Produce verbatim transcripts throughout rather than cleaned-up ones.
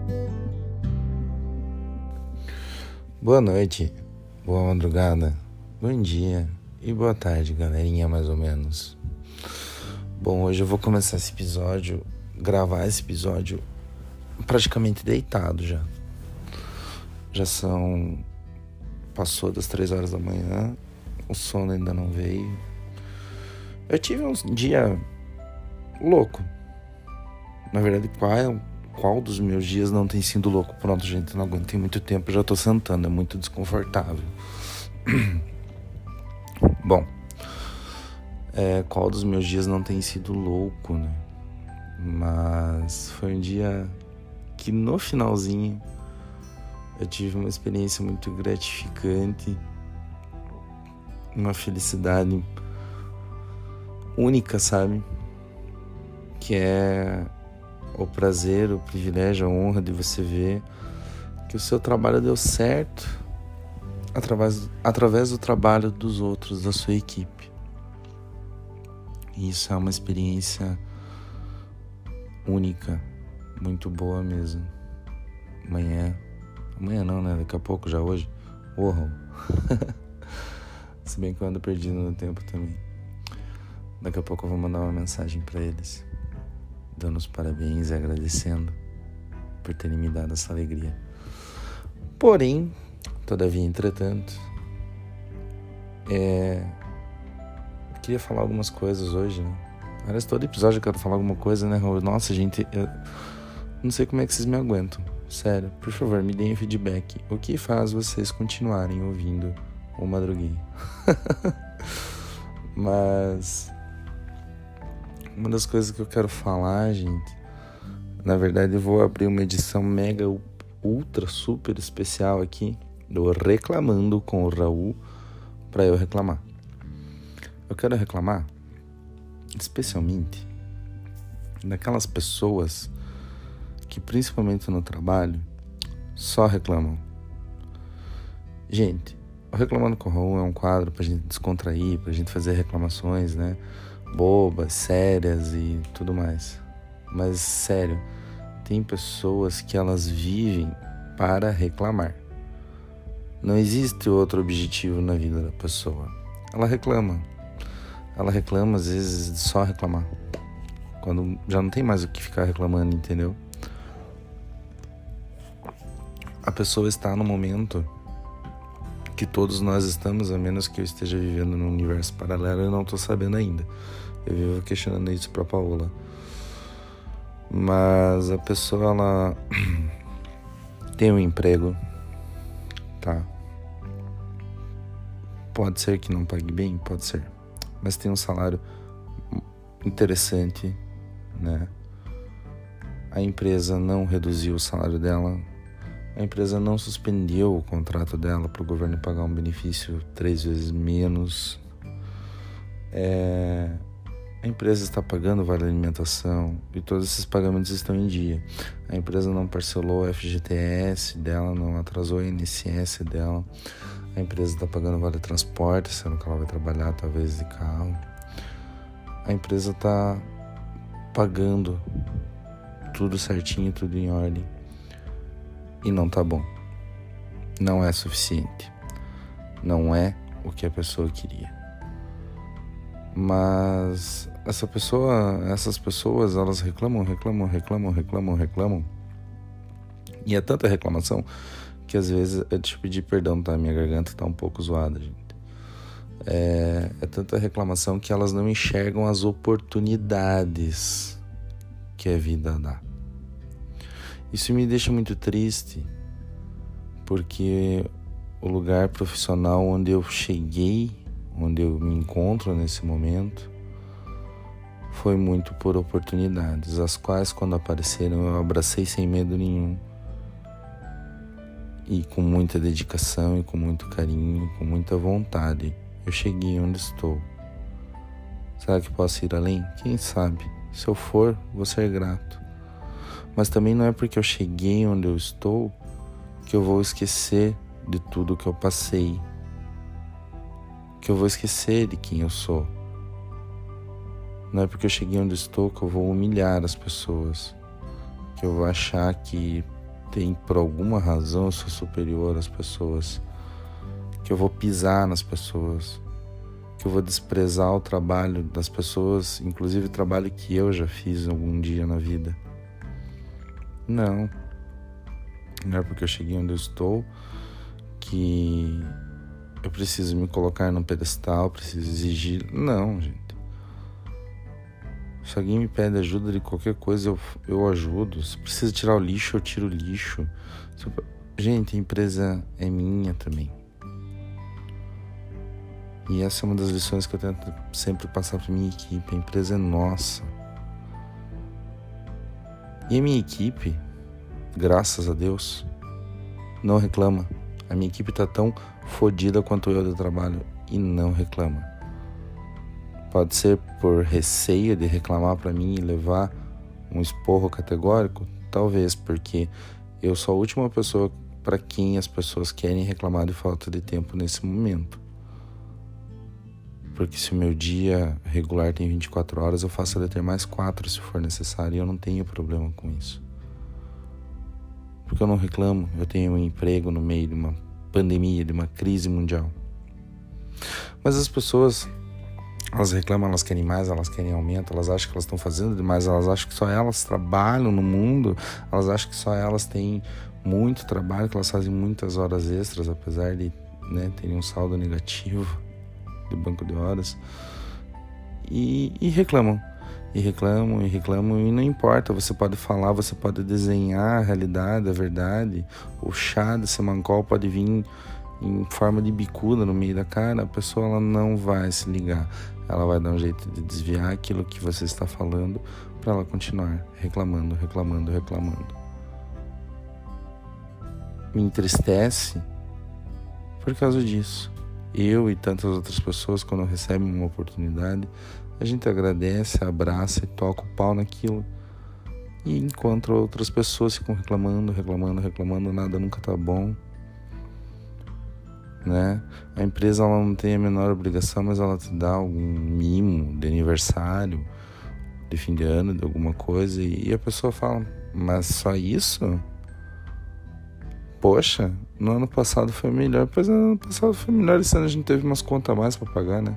Boa noite, boa madrugada, bom dia e boa tarde, galerinha, mais ou menos. Bom, hoje eu vou começar esse episódio, gravar esse episódio praticamente deitado já. Já são... Passou das três horas da manhã, o sono ainda não veio. Eu tive um dia louco. Na verdade, qual, qual dos meus dias não tem sido louco? Pronto, gente, não aguentei muito tempo, já tô sentando, é muito desconfortável. Bom, é, qual dos meus dias não tem sido louco, né? Mas foi um dia que no finalzinho eu tive uma experiência muito gratificante, uma felicidade única, sabe? Que é o prazer, o privilégio, a honra de você ver que o seu trabalho deu certo através, através do trabalho dos outros, da sua equipe. E isso é uma experiência única, muito boa mesmo. Amanhã, amanhã não, né? Daqui a pouco, já hoje, uau! Se bem que eu ando perdido no tempo também. Daqui a pouco eu vou mandar uma mensagem pra eles, dando os parabéns e agradecendo por terem me dado essa alegria. Porém, todavia, entretanto, é... eu queria falar algumas coisas hoje, né? Aliás, todo episódio eu quero falar alguma coisa, né, Raul? Nossa, gente, eu não sei como é que vocês me aguentam. Sério, por favor, me deem feedback. O que faz vocês continuarem ouvindo o Madruguei? Mas... uma das coisas que eu quero falar, gente, na verdade eu vou abrir uma edição mega, ultra, super especial aqui do Reclamando com o Raul, pra eu reclamar. Eu quero reclamar especialmente daquelas pessoas que, principalmente no trabalho, só reclamam. Gente, o Reclamando com o Raul é um quadro pra gente descontrair, pra gente fazer reclamações, né, bobas, sérias e tudo mais. Mas, sério, tem pessoas que elas vivem para reclamar. Não existe outro objetivo na vida da pessoa. Ela reclama. Ela reclama, às vezes, de só reclamar. Quando já não tem mais o que ficar reclamando, entendeu? A pessoa está no momento que todos nós estamos, a menos que eu esteja vivendo num universo paralelo, eu não tô sabendo ainda. Eu vivo questionando isso pra Paola. Mas a pessoa, ela tem um emprego, tá? Pode ser que não pague bem, pode ser. Mas tem um salário interessante, né? A empresa não reduziu o salário dela. A empresa não suspendeu o contrato dela para o governo pagar um benefício três vezes menos. É... A empresa está pagando vale alimentação e todos esses pagamentos estão em dia. A empresa não parcelou o F G T S dela, não atrasou o I N S S dela. A empresa está pagando vale transporte, sendo que ela vai trabalhar talvez de carro. A empresa está pagando tudo certinho, tudo em ordem. E não tá bom. Não é suficiente. Não é o que a pessoa queria. Mas essa pessoa, essas pessoas, elas reclamam, reclamam, reclamam, reclamam, reclamam. E é tanta reclamação que às vezes eu te pedir perdão, tá? Minha garganta tá um pouco zoada, gente. É, é tanta reclamação que elas não enxergam as oportunidades que a vida dá. Isso me deixa muito triste, porque o lugar profissional onde eu cheguei, onde eu me encontro nesse momento, foi muito por oportunidades, as quais, quando apareceram, eu abracei sem medo nenhum. E com muita dedicação, e com muito carinho, com muita vontade, eu cheguei onde estou. Será que posso ir além? Quem sabe? Se eu for, vou ser grato. Mas também não é porque eu cheguei onde eu estou que eu vou esquecer de tudo que eu passei, que eu vou esquecer de quem eu sou. Não é porque eu cheguei onde estou que eu vou humilhar as pessoas, que eu vou achar que tem, por alguma razão, eu sou superior às pessoas, que eu vou pisar nas pessoas, que eu vou desprezar o trabalho das pessoas, inclusive o trabalho que eu já fiz algum dia na vida. Não. Não é porque eu cheguei onde eu estou que eu preciso me colocar num pedestal, preciso exigir. Não, gente. Se alguém me pede ajuda de qualquer coisa, eu, eu ajudo. Se precisa tirar o lixo, eu tiro o lixo. Gente, a empresa é minha também. E essa é uma das lições que eu tento sempre passar para minha equipe. A empresa é nossa. E a minha equipe, graças a Deus, não reclama. A minha equipe tá tão fodida quanto eu do trabalho e não reclama. Pode ser por receio de reclamar para mim e levar um esporro categórico? Talvez, porque eu sou a última pessoa para quem as pessoas querem reclamar de falta de tempo nesse momento. Porque se o meu dia regular tem vinte e quatro horas, eu faço ele ter mais quatro se for necessário, e eu não tenho problema com isso. Porque eu não reclamo, eu tenho um emprego no meio de uma pandemia, de uma crise mundial. Mas as pessoas, elas reclamam, elas querem mais, elas querem aumento, elas acham que elas estão fazendo demais, elas acham que só elas trabalham no mundo, elas acham que só elas têm muito trabalho, que elas fazem muitas horas extras, apesar de, né, terem um saldo negativo de banco de horas, e, e reclamam. E reclamam, e reclamam, e não importa, você pode falar, você pode desenhar a realidade, a verdade. O chá de semancol pode vir em forma de bicuda no meio da cara, a pessoa ela não vai se ligar. Ela vai dar um jeito de desviar aquilo que você está falando para ela continuar reclamando, reclamando, reclamando. Me entristece por causa disso. Eu e tantas outras pessoas, quando recebem uma oportunidade, a gente agradece, abraça e toca o pau naquilo. E encontra outras pessoas que ficam reclamando, reclamando, reclamando, nada nunca tá bom. Né? A empresa ela não tem a menor obrigação, mas ela te dá algum mimo de aniversário, de fim de ano, de alguma coisa. E a pessoa fala, mas só isso? Poxa, no ano passado foi melhor. Pois no ano passado foi melhor, esse ano a gente teve umas contas a mais pra pagar, né?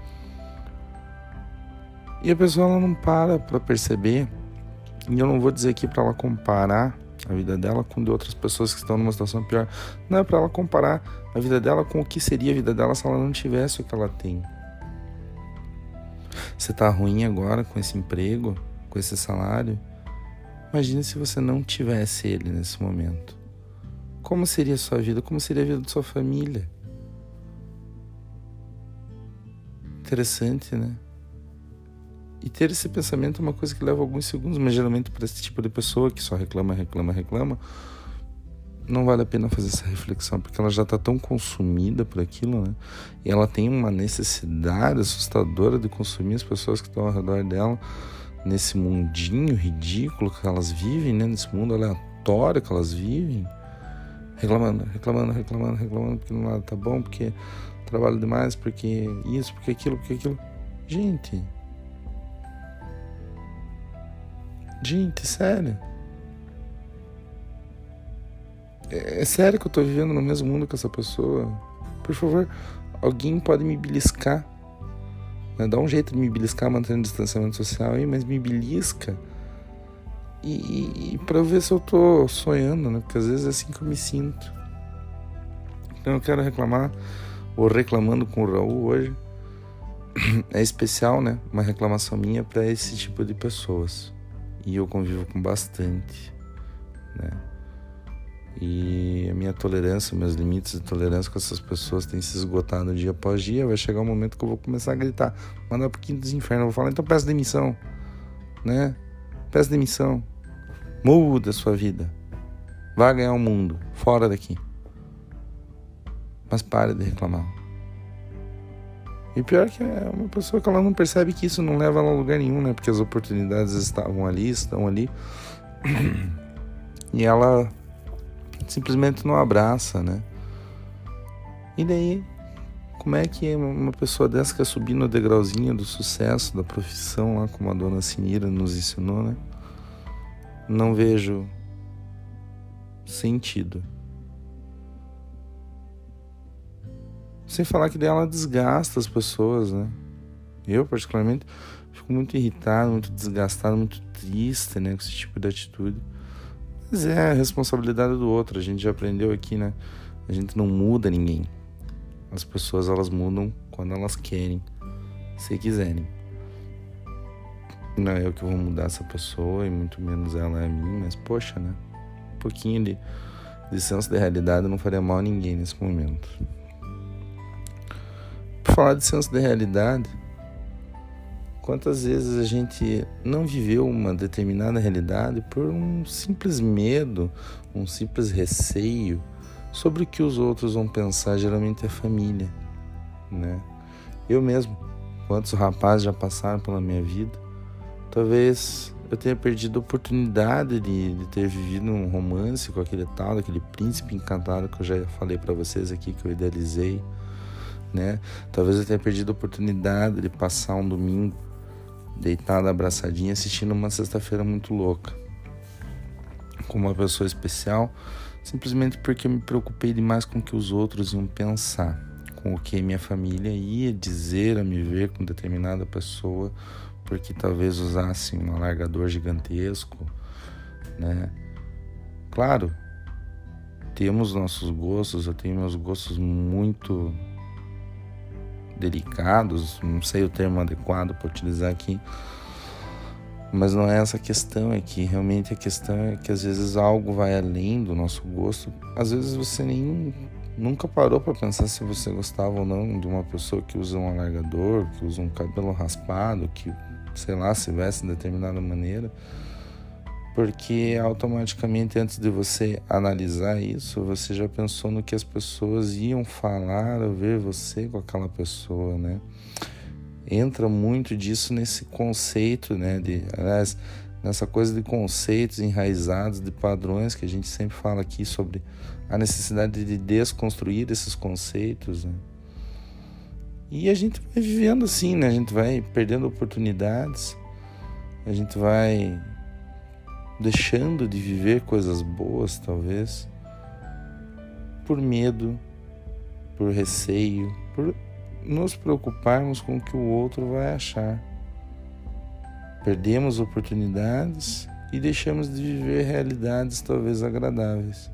E a pessoa ela não para pra perceber, e eu não vou dizer aqui pra ela comparar a vida dela com de outras pessoas que estão numa situação pior. Não é pra ela comparar a vida dela com o que seria a vida dela se ela não tivesse o que ela tem. Você tá ruim agora com esse emprego, com esse salário? Imagine se você não tivesse ele nesse momento. Como seria a sua vida? Como seria a vida da sua família? Interessante, né? E ter esse pensamento é uma coisa que leva alguns segundos, mas geralmente para esse tipo de pessoa que só reclama, reclama, reclama, não vale a pena fazer essa reflexão, porque ela já está tão consumida por aquilo, né? E ela tem uma necessidade assustadora de consumir as pessoas que estão ao redor dela, nesse mundinho ridículo que elas vivem, né? Nesse mundo aleatório que elas vivem, reclamando, reclamando, reclamando, reclamando, porque não nada tá bom, porque trabalho demais, porque isso, porque aquilo, porque aquilo. Gente... Gente, sério. É, é sério que eu tô vivendo no mesmo mundo que essa pessoa? Por favor, alguém pode me beliscar, né? Dá um jeito de me beliscar mantendo distanciamento social aí, mas me belisca. E, e, e pra eu ver se eu tô sonhando, né? Porque às vezes é assim que eu me sinto. Então eu quero reclamar, ou reclamando com o Raul hoje. É especial, né? Uma reclamação minha pra esse tipo de pessoas. E eu convivo com bastante, né? E a minha tolerância, meus limites de tolerância com essas pessoas têm se esgotado dia após dia. Vai chegar um momento que eu vou começar a gritar, mandar pro quinto dos infernos. Eu vou falar, então peço demissão, né? Peço demissão. Muda a sua vida. Vá ganhar o mundo, fora daqui. Mas pare de reclamar. E pior que é uma pessoa que ela não percebe que isso não leva ela a lugar nenhum, né? Porque as oportunidades estavam ali, estão ali. E ela simplesmente não abraça, né? E daí, como é que uma pessoa dessa quer subir no degrauzinho do sucesso, da profissão, lá como a dona Sinira nos ensinou, né? Não vejo sentido. Sem falar que daí ela desgasta as pessoas, né? Eu, particularmente, fico muito irritado, muito desgastado, muito triste, né, com esse tipo de atitude. Mas é a responsabilidade do outro. A gente já aprendeu aqui, né? A gente não muda ninguém. As pessoas, elas mudam quando elas querem, se quiserem. Não é eu que vou mudar essa pessoa, e muito menos ela é mim, mas poxa, né? Um pouquinho de, de senso de realidade não faria mal a ninguém nesse momento. Por falar de senso de realidade, quantas vezes a gente não viveu uma determinada realidade por um simples medo, um simples receio sobre o que os outros vão pensar, geralmente é a família, né? Eu mesmo, quantos rapazes já passaram pela minha vida, talvez eu tenha perdido a oportunidade de, de ter vivido um romance com aquele tal, aquele príncipe encantado que eu já falei para vocês aqui, que eu idealizei, né? Talvez eu tenha perdido a oportunidade de passar um domingo deitado, abraçadinho, assistindo uma sexta-feira muito louca com uma pessoa especial, simplesmente porque eu me preocupei demais com o que os outros iam pensar, com o que minha família ia dizer a me ver com determinada pessoa, porque talvez usassem um alargador gigantesco, né? Claro, temos nossos gostos, eu tenho meus gostos muito delicados, não sei o termo adequado para utilizar aqui, mas não é essa a questão, é que realmente a questão é que às vezes algo vai além do nosso gosto. Às vezes você nem nunca parou para pensar se você gostava ou não de uma pessoa que usa um alargador, que usa um cabelo raspado, que, sei lá, se veste de determinada maneira, porque automaticamente antes de você analisar isso, você já pensou no que as pessoas iam falar ao ver você com aquela pessoa, né? Entra muito disso nesse conceito, né? De, aliás, nessa coisa de conceitos enraizados, de padrões que a gente sempre fala aqui sobre a necessidade de desconstruir esses conceitos, né? E a gente vai vivendo assim, né? A gente vai perdendo oportunidades, a gente vai deixando de viver coisas boas, talvez, por medo, por receio, por nos preocuparmos com o que o outro vai achar. Perdemos oportunidades e deixamos de viver realidades talvez agradáveis.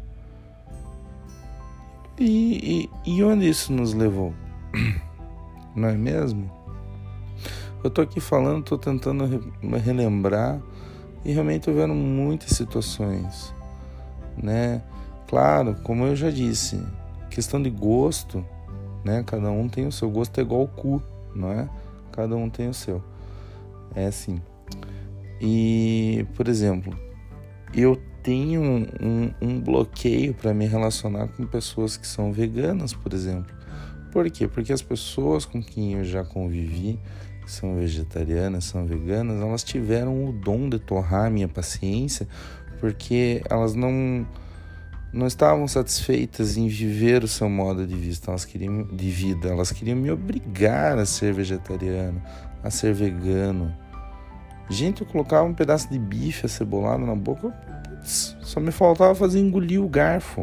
E, e, e onde isso nos levou? Não é mesmo? Eu tô aqui falando, tô tentando re- relembrar e realmente tô vendo muitas situações, né? Claro, como eu já disse, questão de gosto, né? Cada um tem o seu gosto, é igual o cu, não é? Cada um tem o seu. É assim. E, por exemplo, eu tenho um, um, um bloqueio para me relacionar com pessoas que são veganas, por exemplo. Por quê? Porque as pessoas com quem eu já convivi, que são vegetarianas, são veganas, elas tiveram o dom de torrar a minha paciência, porque elas não, não estavam satisfeitas em viver o seu modo de vista, elas queriam, de vida, elas queriam me obrigar a ser vegetariano, a ser vegano. Gente, eu colocava um pedaço de bife acebolado na boca, putz, só me faltava fazer engolir o garfo,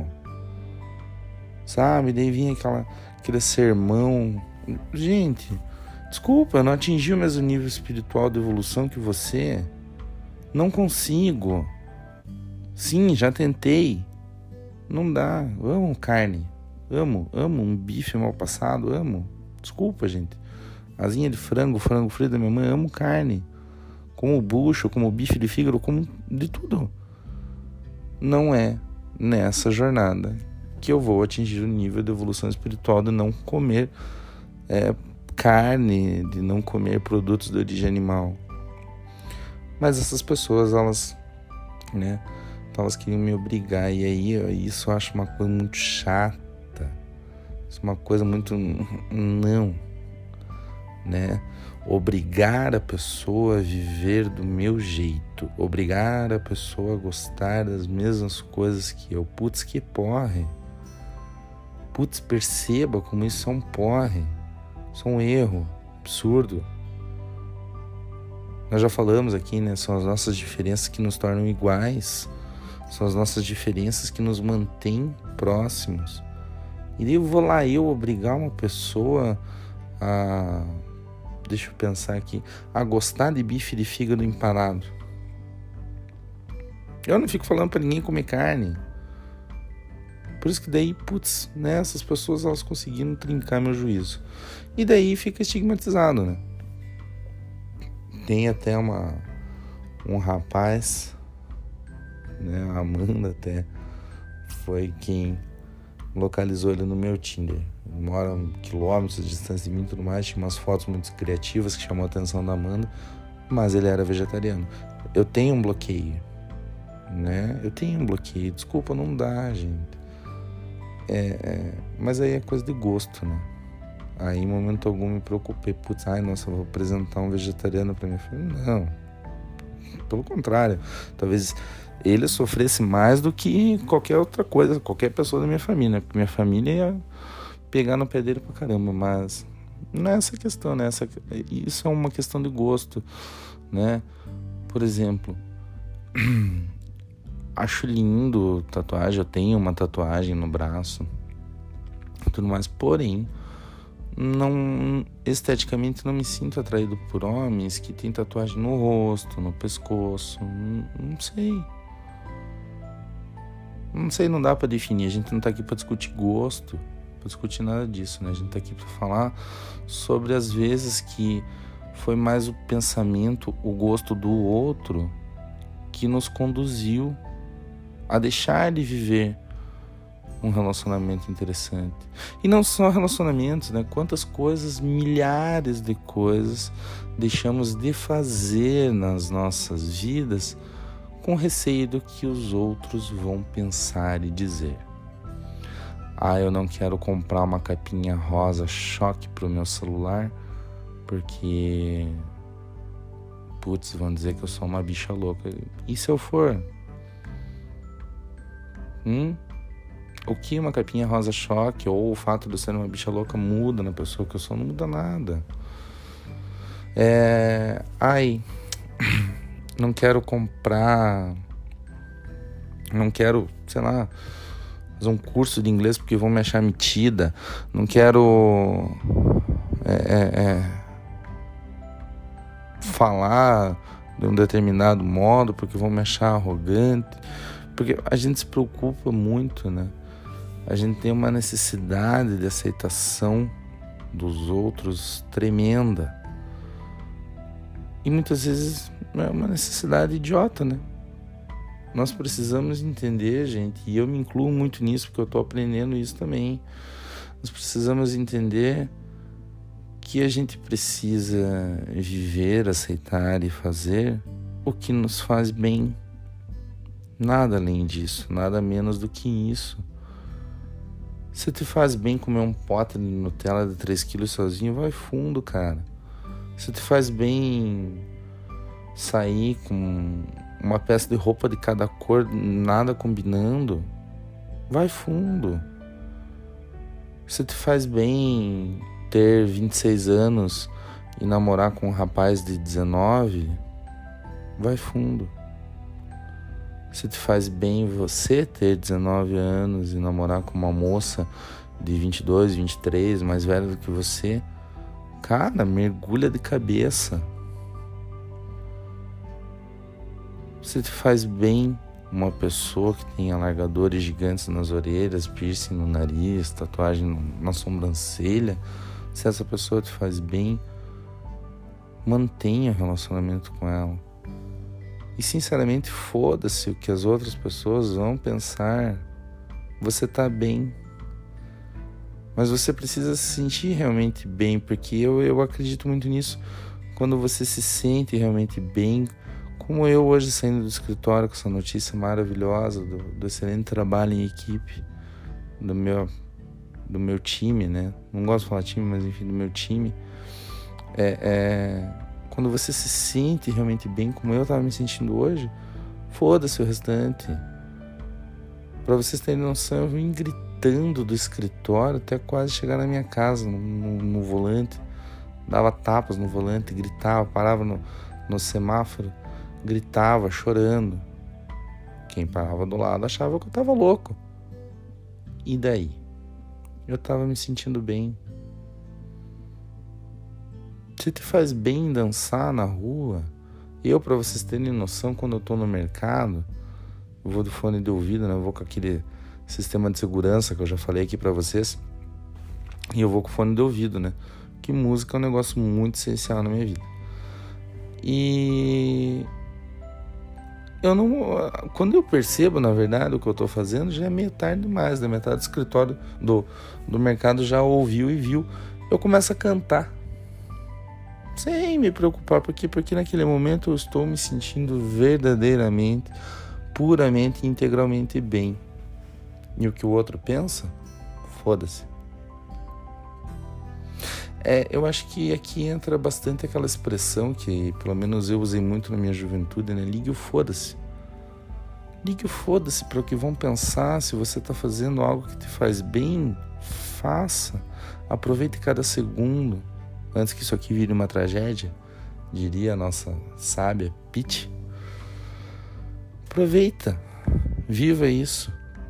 sabe? Daí vinha aquela, aquele sermão. Gente, desculpa, eu não atingi o mesmo nível espiritual de evolução que você. Não consigo. Sim, já tentei. Não dá. Eu amo carne. Amo, amo um bife mal passado, amo. Desculpa, gente. Asinha de frango, frango frito da minha mãe, amo carne. Como bucho, como bife de fígado, como de tudo. Não é nessa jornada que eu vou atingir o nível de evolução espiritual de não comer é, carne, de não comer produtos de origem animal. Mas essas pessoas, elas, né, elas queriam me obrigar, e aí isso eu acho uma coisa muito chata, isso é uma coisa muito não, né? Obrigar a pessoa a viver do meu jeito, obrigar a pessoa a gostar das mesmas coisas que eu. Putz, que porre. Putz, perceba como isso é um porre, isso é um erro absurdo. Nós já falamos aqui, né? São as nossas diferenças que nos tornam iguais. São as nossas diferenças que nos mantêm próximos. E daí eu vou lá eu obrigar uma pessoa a... Deixa eu pensar aqui. A gostar de bife de fígado empanado. Eu não fico falando pra ninguém comer carne. Por isso que daí, putz, né, essas pessoas elas conseguiram trincar meu juízo. E daí fica estigmatizado, né? Tem até uma um rapaz, né, a Amanda até foi quem localizou ele no meu Tinder. Ele mora quilômetros de distância de mim e tudo mais. Tinha umas fotos muito criativas que chamou a atenção da Amanda, mas ele era vegetariano. Eu tenho um bloqueio, né? Eu tenho um bloqueio. Desculpa, não dá, gente. É, é, mas aí é coisa de gosto, né? Aí em momento algum me preocupei. Putz, ai, nossa, eu vou apresentar um vegetariano pra minha filha. Não. Pelo contrário. Talvez ele sofresse mais do que qualquer outra coisa, qualquer pessoa da minha família, né? Porque minha família ia pegar no pé dele pra caramba. Mas não é essa questão, né? Essa, isso é uma questão de gosto, né? Por exemplo... Acho lindo tatuagem, eu tenho uma tatuagem no braço, tudo mais, porém, não, esteticamente não me sinto atraído por homens que têm tatuagem no rosto, no pescoço, não, não sei. Não sei, não dá pra definir, a gente não tá aqui pra discutir gosto, pra discutir nada disso, né? A gente tá aqui pra falar sobre as vezes que foi mais o pensamento, o gosto do outro que nos conduziu a deixar de viver um relacionamento interessante. E não só relacionamentos, né? Quantas coisas, milhares de coisas deixamos de fazer nas nossas vidas com receio do que os outros vão pensar e dizer. Ah, eu não quero comprar uma capinha rosa choque pro meu celular porque... Putz, vão dizer que eu sou uma bicha louca. E se eu for? Hum? O que uma capinha rosa choque ou o fato de eu ser uma bicha louca muda na pessoa que eu sou? Não muda nada. É... Ai, não quero comprar... Não quero, sei lá, fazer um curso de inglês porque vão me achar metida. Não quero... É... é, é... falar de um determinado modo porque vão me achar arrogante. Porque a gente se preocupa muito, né? A gente tem uma necessidade de aceitação dos outros tremenda. E muitas vezes é uma necessidade idiota, né? Nós precisamos entender, gente, e eu me incluo muito nisso porque eu tô aprendendo isso também. Nós precisamos entender que a gente precisa viver, aceitar e fazer o que nos faz bem. Nada além disso, nada menos do que isso. Se te faz bem comer um pote de Nutella de três quilos sozinho, vai fundo, cara. Se te faz bem sair com uma peça de roupa de cada cor, nada combinando, vai fundo. Se te faz bem ter vinte e seis anos e namorar com um rapaz de dezenove, vai fundo. Se te faz bem você ter dezenove anos e namorar com uma moça de vinte e dois, vinte e três, mais velha do que você, cara, mergulha de cabeça. Se te faz bem uma pessoa que tem alargadores gigantes nas orelhas, piercing no nariz, tatuagem na sobrancelha, se essa pessoa te faz bem, mantenha o relacionamento com ela. E sinceramente, foda-se o que as outras pessoas vão pensar. Você tá bem. Mas você precisa se sentir realmente bem, porque eu, eu acredito muito nisso. Quando você se sente realmente bem, como eu hoje saindo do escritório com essa notícia maravilhosa do, do excelente trabalho em equipe do meu, do meu time, né? Não gosto de falar time, mas enfim, do meu time. É... é... Quando você se sente realmente bem, como eu estava me sentindo hoje, foda-se o restante. Para vocês terem noção, eu vim gritando do escritório até quase chegar na minha casa, no, no, no volante. Dava tapas no volante, gritava, parava no, no semáforo, gritava, chorando. quem parava do lado achava que eu tava louco. E daí? Eu tava me sentindo bem. Se te faz bem dançar na rua, eu, pra vocês terem noção, quando eu tô no mercado, eu vou do fone de ouvido, né? Eu vou com aquele sistema de segurança que eu já falei aqui pra vocês, e eu vou com fone de ouvido, né? Que música é um negócio muito essencial na minha vida. E eu não, quando eu percebo, na verdade, o que eu tô fazendo, já é meio tarde demais, da metade do escritório do, do mercado já ouviu e viu. Eu começo a cantar, sem me preocupar, porque, porque naquele momento eu estou me sentindo verdadeiramente, puramente, integralmente bem. E o que o outro pensa, foda-se. É, eu acho que aqui entra bastante aquela expressão que, pelo menos eu usei muito na minha juventude, né? Ligue o foda-se. Ligue o foda-se para o que vão pensar. Se você está fazendo algo que te faz bem, faça. Aproveite cada segundo, antes que isso aqui vire uma tragédia, diria a nossa sábia Pitty. Aproveita, viva isso.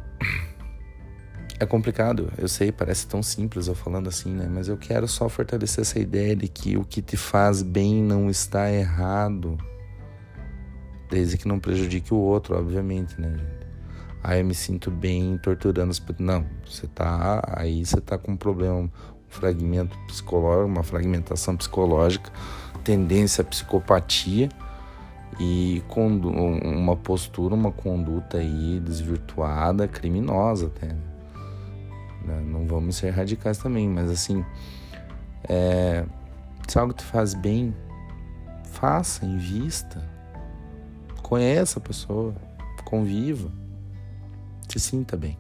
É complicado, eu sei, parece tão simples eu falando assim, né? Mas eu quero só fortalecer essa ideia de que o que te faz bem não está errado, desde que não prejudique o outro, obviamente, né, gente? Ah, eu me sinto bem torturando as pessoas. Não, você tá, aí você tá com um problema, um fragmento psicológico, uma fragmentação psicológica, tendência à psicopatia e condu- uma postura, uma conduta aí desvirtuada, criminosa até, né? Não vamos ser radicais também, mas assim, é, se algo te faz bem, faça, invista, conheça a pessoa, conviva, se sinta bem.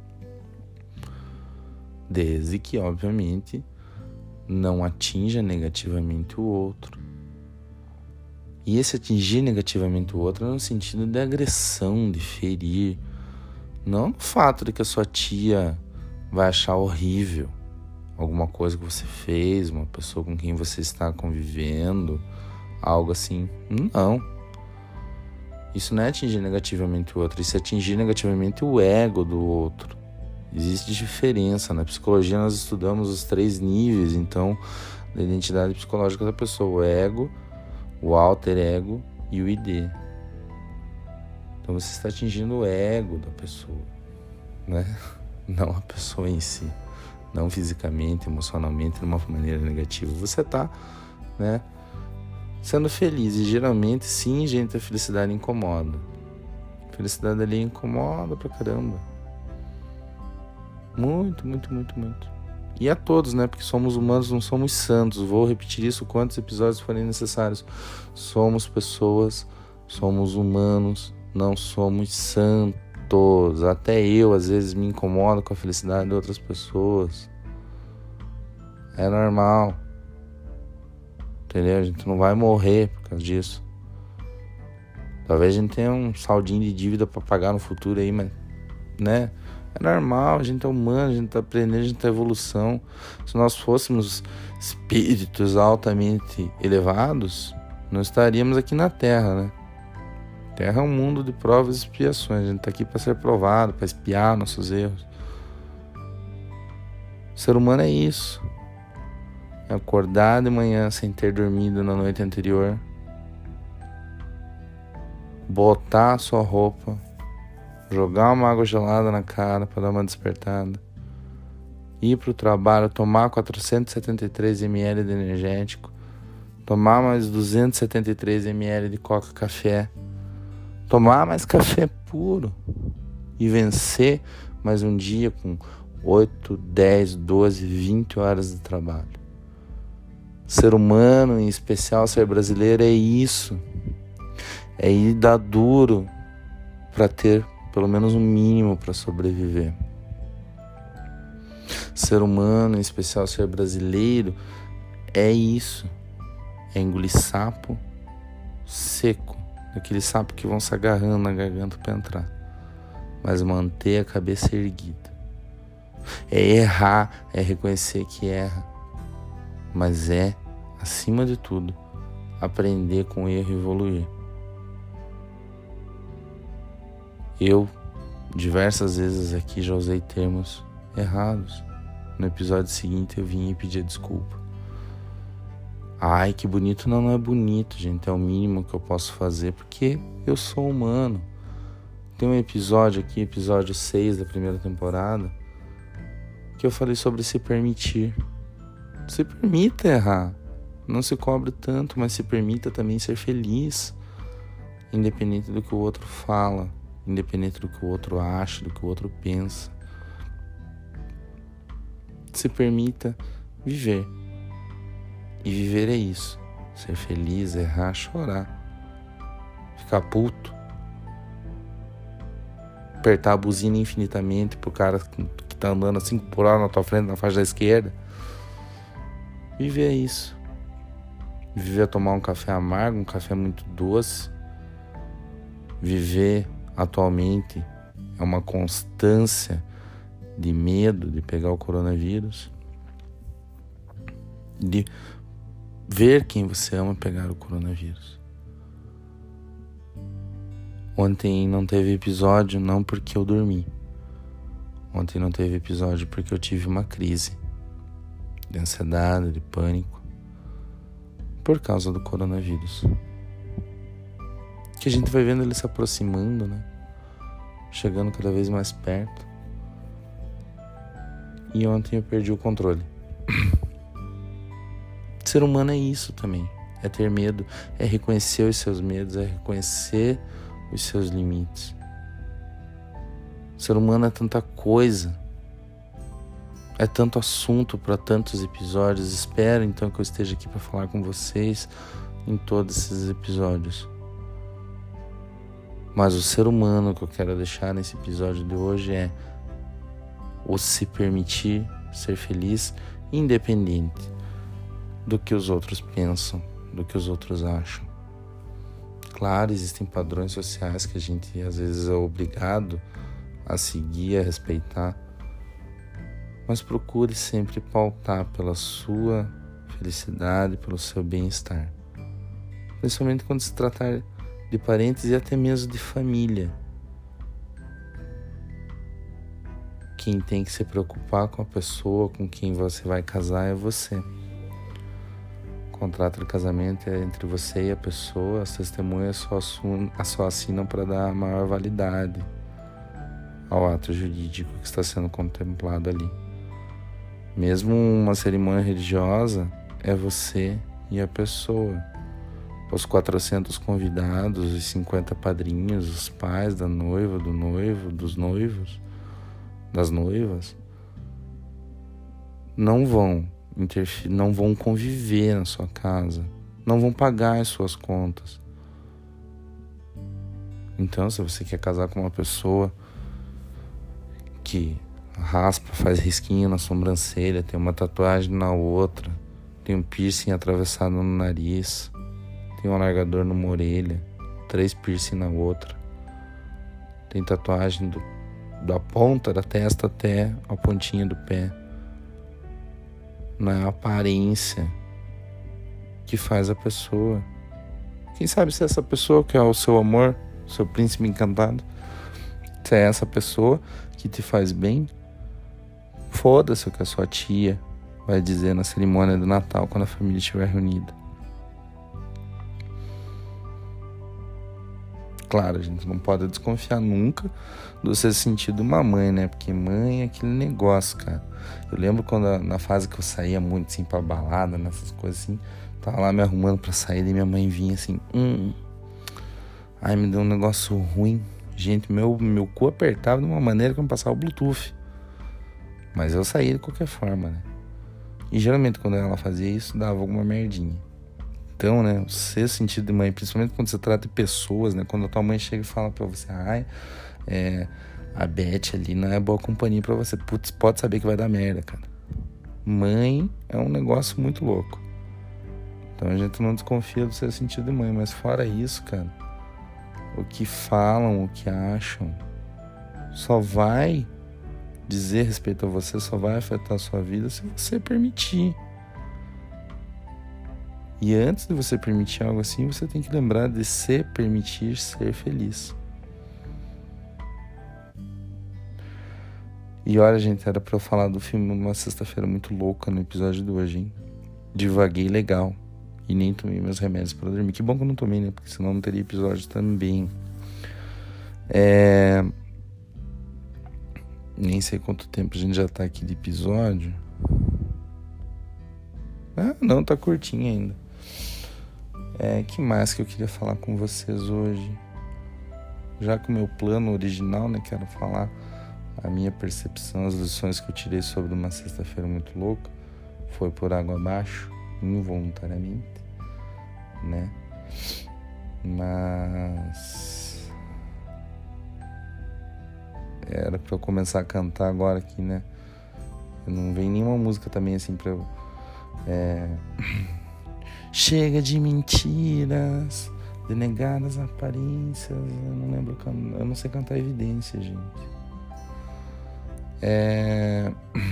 Desde que, obviamente, não atinja negativamente o outro. E esse atingir negativamente o outro é no sentido de agressão, de ferir, não no fato de que a sua tia vai achar horrível alguma coisa que você fez, uma pessoa com quem você está convivendo, algo assim. Não. Isso não é atingir negativamente o outro, isso é atingir negativamente o ego do outro. Existe diferença. Na psicologia nós estudamos os três níveis, então, da identidade psicológica da pessoa: o ego, o alter ego e o id. Então você está atingindo o ego da pessoa, né? Não a pessoa em si, não fisicamente, emocionalmente, de uma maneira negativa. Você está, né, sendo feliz. E geralmente, sim, gente, a felicidade incomoda. A felicidade ali incomoda pra caramba. Muito, muito, muito, muito. E a todos, né? Porque somos humanos, não somos santos. Vou repetir isso quantos episódios forem necessários. Somos pessoas, somos humanos, não somos santos. Até eu às vezes me incomodo com a felicidade de outras pessoas. É normal, entendeu? A gente não vai morrer por causa disso. Talvez a gente tenha um saldinho de dívida para pagar no futuro aí, mas, né? É normal, a gente é humano, a gente tá aprendendo, a gente tá em evolução. Se nós fôssemos espíritos altamente elevados, não estaríamos aqui na Terra, né? Terra é um mundo de provas e expiações. A gente está aqui para ser provado, para espiar nossos erros. O ser humano é isso. É acordar de manhã sem ter dormido na noite anterior, botar a sua roupa, jogar uma água gelada na cara para dar uma despertada, ir para o trabalho, tomar quatrocentos e setenta e três mililitros de energético, tomar mais duzentos e setenta e três mililitros de coca café, tomar mais café puro e vencer mais um dia com oito, dez, doze, vinte horas de trabalho. Ser humano, em especial ser brasileiro, é isso. É ir dar duro para ter pelo menos um mínimo para sobreviver. Ser humano, em especial ser brasileiro, é isso. É engolir sapo seco. Aquele sapo que vão se agarrando na garganta para entrar, mas manter a cabeça erguida. É errar, é reconhecer que erra, mas é, acima de tudo, aprender com o erro e evoluir. Eu, diversas vezes aqui, já usei termos errados. No episódio seguinte eu vim e pedi desculpa. Ai, que bonito. Não, não é bonito, gente. É o mínimo que eu posso fazer, porque eu sou humano. Tem um episódio aqui, episódio seis da primeira temporada, que eu falei sobre se permitir. Se permita errar. Não se cobre tanto, mas se permita também ser feliz. Independente do que o outro fala, independente do que o outro acha, do que o outro pensa. Se permita viver. E viver é isso. Ser feliz, errar, chorar. Ficar puto. Apertar a buzina infinitamente pro cara que tá andando assim por hora na tua frente, na faixa da esquerda. Viver é isso. Viver é tomar um café amargo, um café muito doce. Viver atualmente é uma constância de medo de pegar o coronavírus, de ver quem você ama pegar o coronavírus. Ontem não teve episódio não porque eu dormi. Ontem não teve episódio porque eu tive uma crise de ansiedade, de pânico, por causa do coronavírus. Que a gente vai vendo ele se aproximando, né? Chegando cada vez mais perto. E ontem eu perdi o controle. Ser humano é isso também. É ter medo, é reconhecer os seus medos, é reconhecer os seus limites. Ser humano é tanta coisa. É tanto assunto para tantos episódios. Espero então que eu esteja aqui para falar com vocês em todos esses episódios. Mas o ser humano que eu quero deixar nesse episódio de hoje é o se permitir ser feliz, independente do que os outros pensam, do que os outros acham. Claro, existem padrões sociais que a gente às vezes é obrigado a seguir, a respeitar, mas procure sempre pautar pela sua felicidade, pelo seu bem-estar. Principalmente quando se tratar de parentes e até mesmo de família. Quem tem que se preocupar com a pessoa com quem você vai casar é você. O contrato de casamento é entre você e a pessoa, as testemunhas só, assum, só assinam para dar maior validade ao ato jurídico que está sendo contemplado ali. Mesmo uma cerimônia religiosa, é você e a pessoa. Os quatrocentos convidados, os cinquenta padrinhos, os pais da noiva, do noivo, dos noivos, das noivas, não vão interferir, não vão conviver na sua casa, não vão pagar as suas contas. Então, se você quer casar com uma pessoa que raspa, faz risquinho na sobrancelha, tem uma tatuagem na outra, tem um piercing atravessado no nariz, tem um alargador numa orelha, três piercing na outra, tem tatuagem do, da ponta da testa até a pontinha do pé. Não é a aparência que faz a pessoa. Quem sabe se essa pessoa que é o seu amor, o seu príncipe encantado, se é essa pessoa que te faz bem, foda-se o que a sua tia vai dizer na cerimônia do Natal quando a família estiver reunida. Claro, a gente não pode desconfiar nunca do seu sentido uma mãe, né? Porque mãe é aquele negócio, cara. Eu lembro quando na fase que eu saía muito assim pra balada, nessas coisas assim, tava lá me arrumando pra sair e minha mãe vinha assim, hum, ai, me deu um negócio ruim. Gente, meu, meu cu apertava de uma maneira que eu não passava o Bluetooth. Mas eu saía de qualquer forma, né? E geralmente quando ela fazia isso, dava alguma merdinha. Então, né, o seu sentido de mãe, principalmente quando você trata de pessoas, né? Quando a tua mãe chega e fala pra você, ai, é, a Beth ali não é boa companhia pra você. Putz, pode saber que vai dar merda, cara. Mãe é um negócio muito louco. Então a gente não desconfia do seu sentido de mãe. Mas fora isso, cara, o que falam, o que acham, só vai dizer respeito a você, só vai afetar a sua vida se você permitir. E antes de você permitir algo assim, você tem que lembrar de se permitir ser feliz. E olha, gente, era pra eu falar do filme Uma Sexta-feira Muito Louca no episódio de hoje, hein? Divaguei legal. E nem tomei meus remédios pra dormir. Que bom que eu não tomei, né? Porque senão não teria episódio também. É... Nem sei quanto tempo a gente já tá aqui de episódio. Ah, não, tá curtinho ainda. É, que mais que eu queria falar com vocês hoje? Já que o meu plano original, né? Quero falar a minha percepção, as lições que eu tirei sobre Uma Sexta-feira Muito Louca. Foi por água abaixo, involuntariamente, né? Mas... era pra eu começar a cantar agora aqui, né? Não vem nenhuma música também assim pra eu... É... Chega de mentiras, de negadas aparências. Eu não lembro, eu não sei cantar Evidência, gente. É...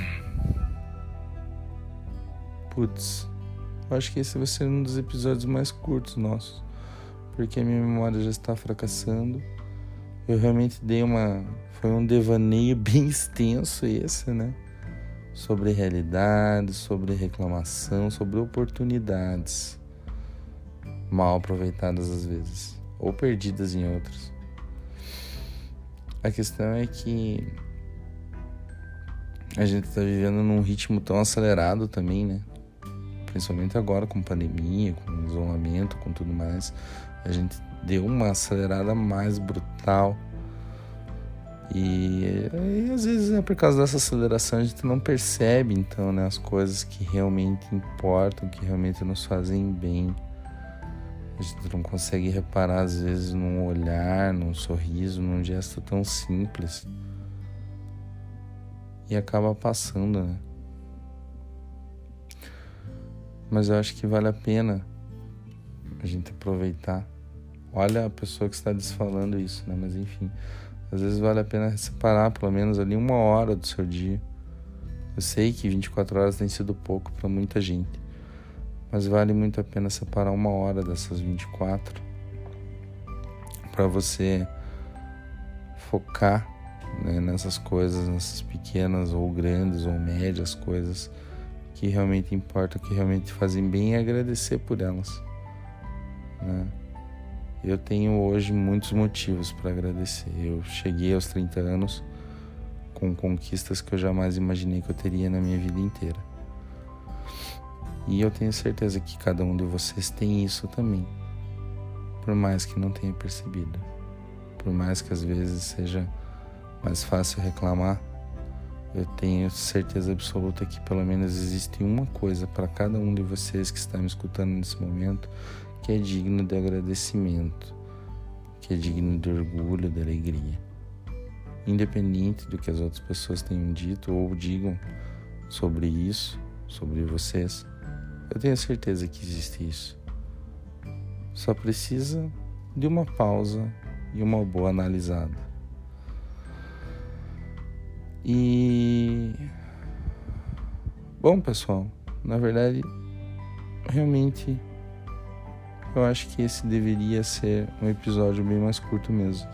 Putz, eu acho que esse vai ser um dos episódios mais curtos nossos, porque a minha memória já está fracassando. Eu realmente dei uma... Foi um devaneio bem extenso esse, né? Sobre realidade, sobre reclamação, sobre oportunidades mal aproveitadas às vezes, ou perdidas em outras. A questão é que a gente está vivendo num ritmo tão acelerado também, né? Principalmente agora com pandemia, com isolamento, com tudo mais. A gente deu uma acelerada mais brutal. E, e às vezes, né, por causa dessa aceleração, a gente não percebe, então, né, as coisas que realmente importam, que realmente nos fazem bem. A gente não consegue reparar, às vezes, num olhar, num sorriso, num gesto tão simples. E acaba passando, né? Mas eu acho que vale a pena a gente aproveitar. Olha a pessoa que está desfalando isso, né? Mas enfim, às vezes vale a pena separar pelo menos ali uma hora do seu dia. Eu sei que vinte e quatro horas tem sido pouco para muita gente, mas vale muito a pena separar uma hora dessas vinte e quatro para você focar, né, nessas coisas, nessas pequenas ou grandes ou médias coisas que realmente importam, que realmente fazem bem, e agradecer por elas, né? Eu tenho hoje muitos motivos para agradecer. Eu cheguei aos trinta anos com conquistas que eu jamais imaginei que eu teria na minha vida inteira. E eu tenho certeza que cada um de vocês tem isso também, por mais que não tenha percebido. Por mais que às vezes seja mais fácil reclamar, eu tenho certeza absoluta que pelo menos existe uma coisa para cada um de vocês que está me escutando nesse momento que é digno de agradecimento, que é digno de orgulho, de alegria. Independente do que as outras pessoas tenham dito ou digam sobre isso, sobre vocês, eu tenho certeza que existe isso. Só precisa de uma pausa e uma boa analisada. E... bom, pessoal, na verdade, realmente eu acho que esse deveria ser um episódio bem mais curto mesmo.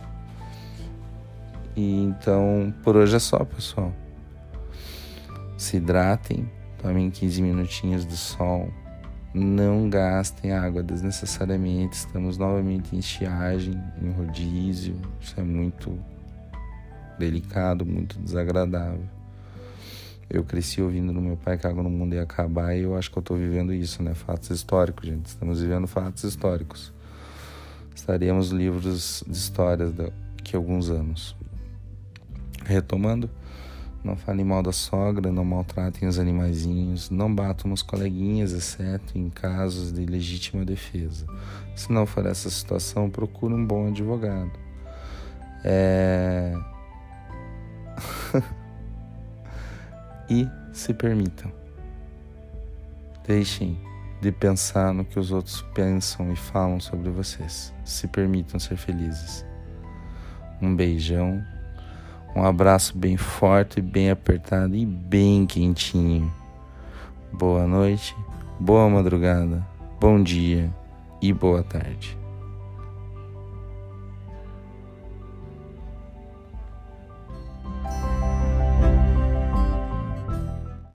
E então, por hoje é só, pessoal. Se hidratem, tomem quinze minutinhos de sol, não gastem água desnecessariamente. Estamos novamente em estiagem, em rodízio. Isso é muito delicado, muito desagradável. Eu cresci ouvindo do meu pai que a água no mundo ia acabar, e eu acho que eu tô vivendo isso, né? Fatos históricos, gente. Estamos vivendo fatos históricos. Estaremos livros de histórias daqui a alguns anos. Retomando, não falem mal da sogra, não maltratem os animaizinhos, não batam nos coleguinhas, exceto em casos de legítima defesa. Se não for essa situação, procure um bom advogado. É... E se permitam. Deixem de pensar no que os outros pensam e falam sobre vocês. Se permitam ser felizes. Um beijão, um abraço bem forte, bem apertado e bem quentinho. Boa noite, boa madrugada, bom dia e boa tarde.